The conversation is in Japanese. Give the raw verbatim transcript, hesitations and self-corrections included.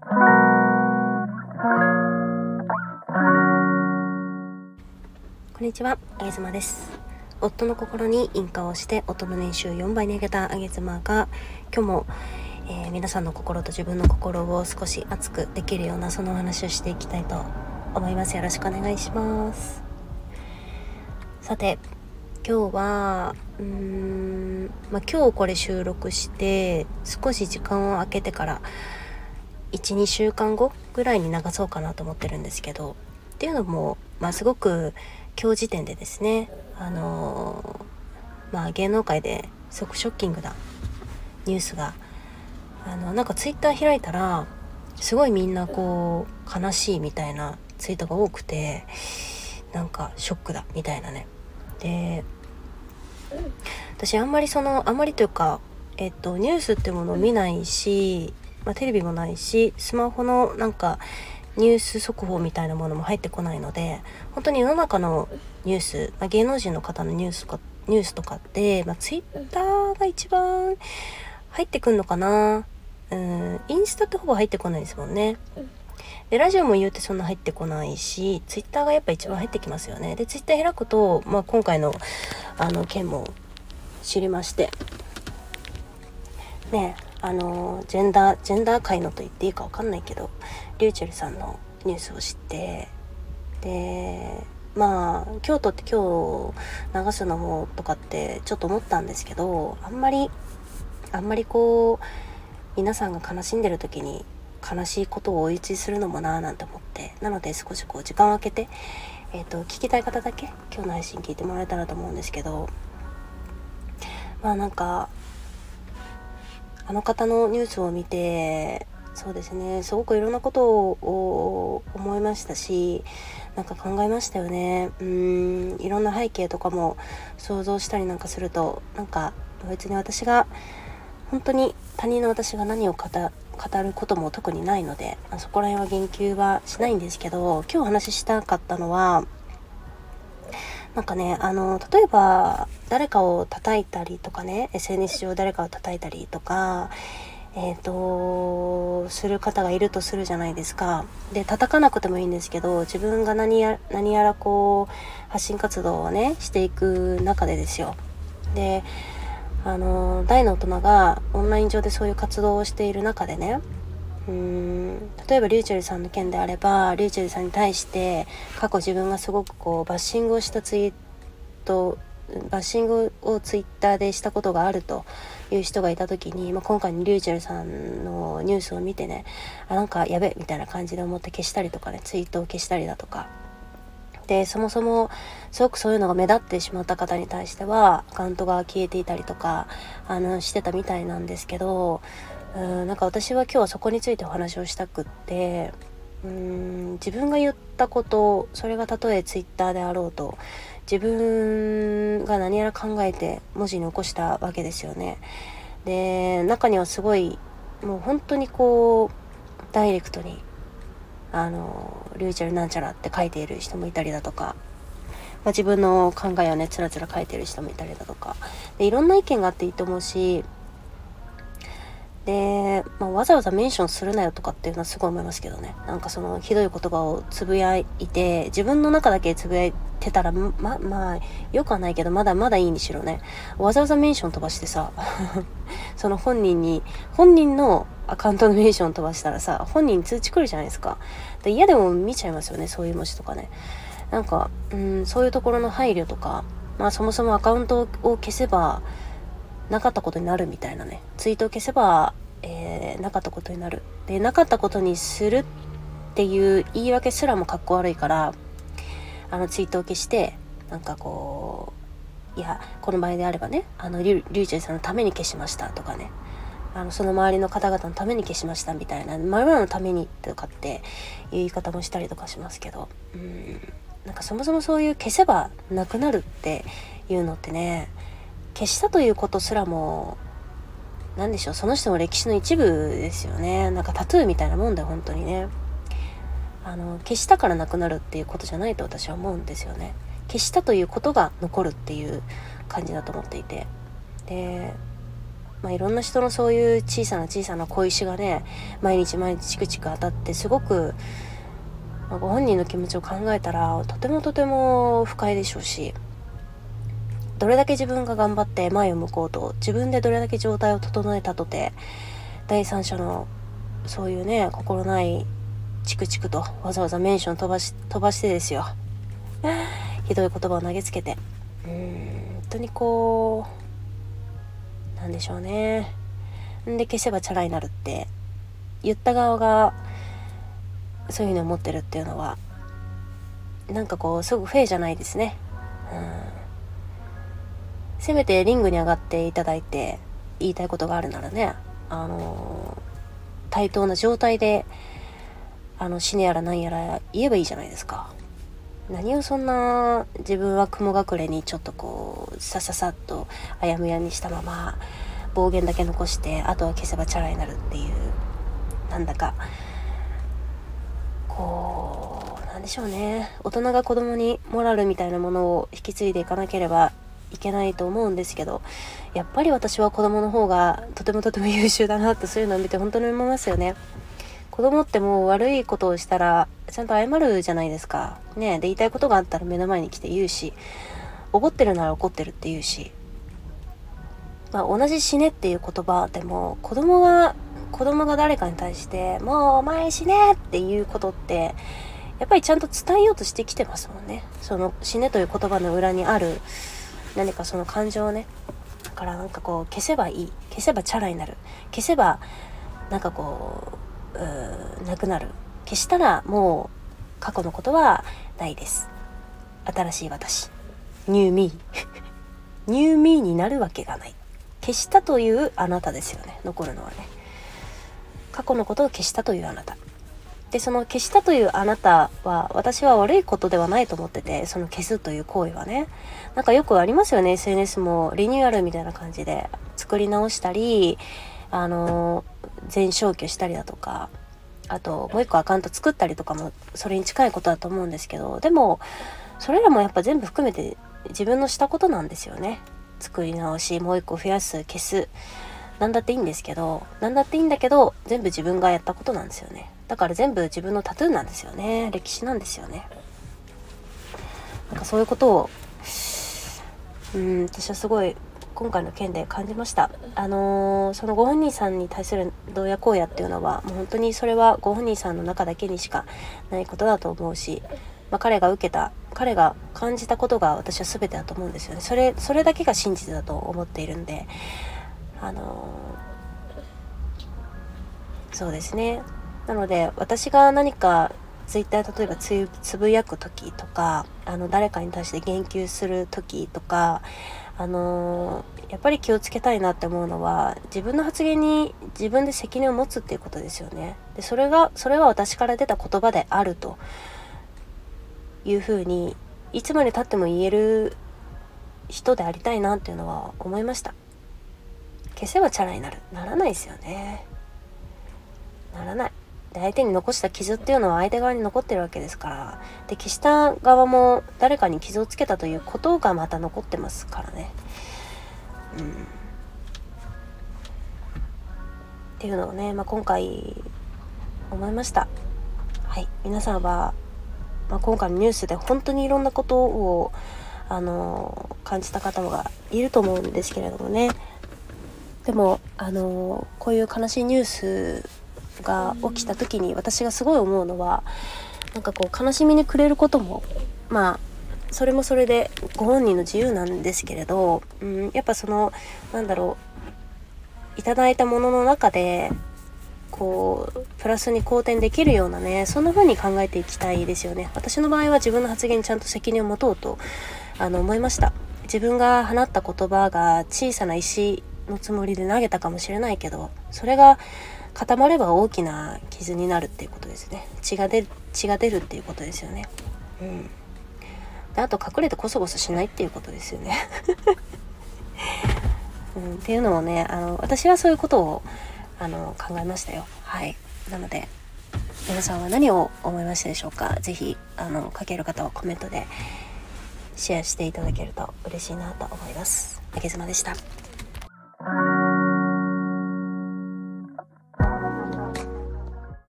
こんにちは、あげずまです。夫の心に印鑑をして夫の年収よんばいに上げたあげずまが今日も、えー、皆さんの心と自分の心を少し熱くできるようなそのお話をしていきたいと思います。よろしくお願いします。さて今日はうーん、まあ、今日これ収録して少し時間を空けてからいち、にしゅうかんごぐらいに流そうかなと思ってるんですけど、っていうのも、まあ、すごく今日時点でですね、あのー、まあ芸能界ですごくショッキングなニュースがあのなんかツイッター開いたらすごいみんなこう悲しいみたいなツイートが多くて、なんかショックだみたいなね。で私あんまりそのあんまりというかえっとニュースってものを見ないし、まあ、テレビもないしスマホのなんかニュース速報みたいなものも入ってこないので、本当に世の中のニュース、まあ、芸能人の方のニュースとかニュースとかって、まあ、ツイッターが一番入ってくんのかな。うん、インスタってほぼ入ってこないですもんね。でラジオも言うてそんな入ってこないし、ツイッターがやっぱ一番入ってきますよね。でツイッター開くと、まあ、今回のあの件も知りましてね、あのジェンダージェンダー界のと言っていいか分かんないけどリューチェルさんのニュースを知って、でまあ京都って今日流すのもとかってちょっと思ったんですけど、あんまりあんまりこう皆さんが悲しんでる時に悲しいことをお打ちするのもなーなんて思って、なので少しこう時間を空けて、えーと、聞きたい方だけ今日の配信聞いてもらえたらと思うんですけど、まあなんかあの方のニュースを見てそうですね、すごくいろんなことを思いましたし、なんか考えましたよね。うーん、いろんな背景とかも想像したりなんかすると、なんか別に私が本当に他人の私が何を語語ることも特にないので、そこら辺は言及はしないんですけど、今日お話ししたかったのはなんかね、あの例えば誰かを叩いたりとかね、 エスエヌエス 上誰かを叩いたりとかえーとする方がいるとするじゃないですか。で叩かなくてもいいんですけど、自分が何や何やらこう発信活動をねしていく中でですよ。であの大の大人がオンライン上でそういう活動をしている中でね、うーん例えばリューチェルさんの件であれば、リューチェルさんに対して過去自分がすごくこうバッシングをしたツイートバッシングをツイッターでしたことがあるという人がいた時に、まあ、今回のリューチェルさんのニュースを見てね、あなんかやべみたいな感じで思って消したりとかね、ツイートを消したりだとかで、そもそもすごくそういうのが目立ってしまった方に対してはアカウントが消えていたりとかあのしてたみたいなんですけど、うーんなんか私は今日はそこについてお話をしたくって、うーん自分が言ったこと、それがたとえツイッターであろうと自分が何やら考えて文字に起こしたわけですよね。で中にはすごいもう本当にこうダイレクトにあのリューチェルなんちゃらって書いている人もいたりだとか、まあ、自分の考えをねつらつら書いている人もいたりだとかで、いろんな意見があっていいと思うし、で、まあ、わざわざメンションするなよとかっていうのはすごい思いますけどね。なんかそのひどい言葉をつぶやいて自分の中だけつぶやいてたらままあよくはないけどまだまだいいにしろね、わざわざメンション飛ばしてさその本人に本人のアカウントのメンション飛ばしたらさ、本人に通知来るじゃないですか。で嫌でも見ちゃいますよね、そういう文字とかね。なんかうんそういうところの配慮とか、まあそもそもアカウントを消せばなかったことになるみたいなね、ツイートを消せば、えー、なかったことになるで、なかったことにするっていう言い訳すらもかっこ悪いから、あのツイートを消してなんかこういやこの場合であればね、あのリュリューチェルさんのために消しましたとかね、あのその周りの方々のために消しましたみたいな、前々のためにとかっていう言い方もしたりとかしますけど、うーんなんかそもそもそういう消せばなくなるっていうのってね、消したということすらも何でしょう、その人の歴史の一部ですよね。なんかタトゥーみたいなもんだよ本当にね。あの消したからなくなるっていうことじゃないと私は思うんですよね。消したということが残るっていう感じだと思っていて、でまあ、いろんな人のそういう小さな小さな小石がね毎日毎日チクチク当たってすごく、まあ、ご本人の気持ちを考えたらとてもとても不快でしょうし、どれだけ自分が頑張って前を向こうと自分でどれだけ状態を整えたとて第三者のそういうね心ないチクチクとわざわざメンション飛ばし飛ばしてですよひどい言葉を投げつけて、うーん本当にこうなんでしょうね。んで消せばチャラになるって言った側がそういうふうに思ってるっていうのはなんかこうすごくフェイじゃないですね。うん、せめてリングに上がっていただいて言いたいことがあるならね、あの対等な状態であの死ねやらなんやら言えばいいじゃないですか。何をそんな自分は雲隠れにちょっとこうさささっとあやむやにしたまま暴言だけ残してあとは消せばチャラになるっていう、なんだかこうなんでしょうね、大人が子供にモラルみたいなものを引き継いでいかなければいけないと思うんですけど、やっぱり私は子供の方がとてもとても優秀だなってそういうのを見て本当に思いますよね。子供ってもう悪いことをしたらちゃんと謝るじゃないですかね。で言いたいことがあったら目の前に来て言うし、怒ってるなら怒ってるって言うし、まあ、同じ死ねっていう言葉でも子供が子供が誰かに対してもうお前死ねっていうことってやっぱりちゃんと伝えようとしてきてますもんね。その死ねという言葉の裏にある何かその感情をね。だからなんかこう消せばいい、消せばチャラになる、消せばなんかこううーなくなる、消したらもう過去のことはないです、新しい私ニューミーニューミーになるわけがない。消したというあなたですよね、残るのはね。過去のことを消したというあなたで、その消したというあなたは私は悪いことではないと思ってて、その消すという行為はね、なんかよくありますよね。 エスエヌエス もリニューアルみたいな感じで作り直したり、あの全消去したりだとか、あともう一個アカウント作ったりとかもそれに近いことだと思うんですけど、でもそれらもやっぱ全部含めて自分のしたことなんですよね。作り直し、もう一個増やす、消す、なんだっていいんですけど、なんだっていいんだけど全部自分がやったことなんですよね。だから全部自分のタトゥーなんですよね。歴史なんですよね。なんかそういうことをうーん私はすごい今回の件で感じました。あのー、そのご本人さんに対するどうやこうやっていうのはもう本当にそれはご本人さんの中だけにしかないことだと思うし、まあ、彼が受けた彼が感じたことが私は全てだと思うんですよね。それそれだけが真実だと思っているんで、あのー、そうですね。なので私が何かツイッター例えばつつぶやく時とか、あの誰かに対して言及する時とか、あのー、やっぱり気をつけたいなって思うのは自分の発言に自分で責任を持つっていうことですよね。でそれがそれは私から出た言葉であるというふうにいつまで経っても言える人でありたいなっていうのは思いました。消せばチャラになる、ならないですよね。ならない。で相手に残した傷っていうのは相手側に残ってるわけですから、で消した側も誰かに傷をつけたということがまた残ってますからね。うんっていうのをね、まあ、今回思いました。はい、皆さんは、まあ、今回のニュースで本当にいろんなことをあの感じた方がいると思うんですけれどもね。でもあのこういう悲しいニュースが起きた時に私がすごい思うのは、なんかこう悲しみに暮れることもまあそれもそれでご本人の自由なんですけれど、うん、やっぱそのなんだろう、いただいたものの中でこうプラスに好転できるようなね、そんな風に考えていきたいですよね。私の場合は自分の発言にちゃんと責任を持とうとあの思いました。自分が放った言葉が小さな石のつもりで投げたかもしれないけど、それが固まれば大きな傷になるっていうことですね。血が出る血が出るっていうことですよね。うんであと隠れてコソコソしないっていうことですよね、うん、っていうのもね、あの私はそういうことをあの考えましたよ。はい。なので皆さんは何を思いましたでしょうか。ぜひあの書ける方はコメントでシェアしていただけると嬉しいなと思います。あげずまでした。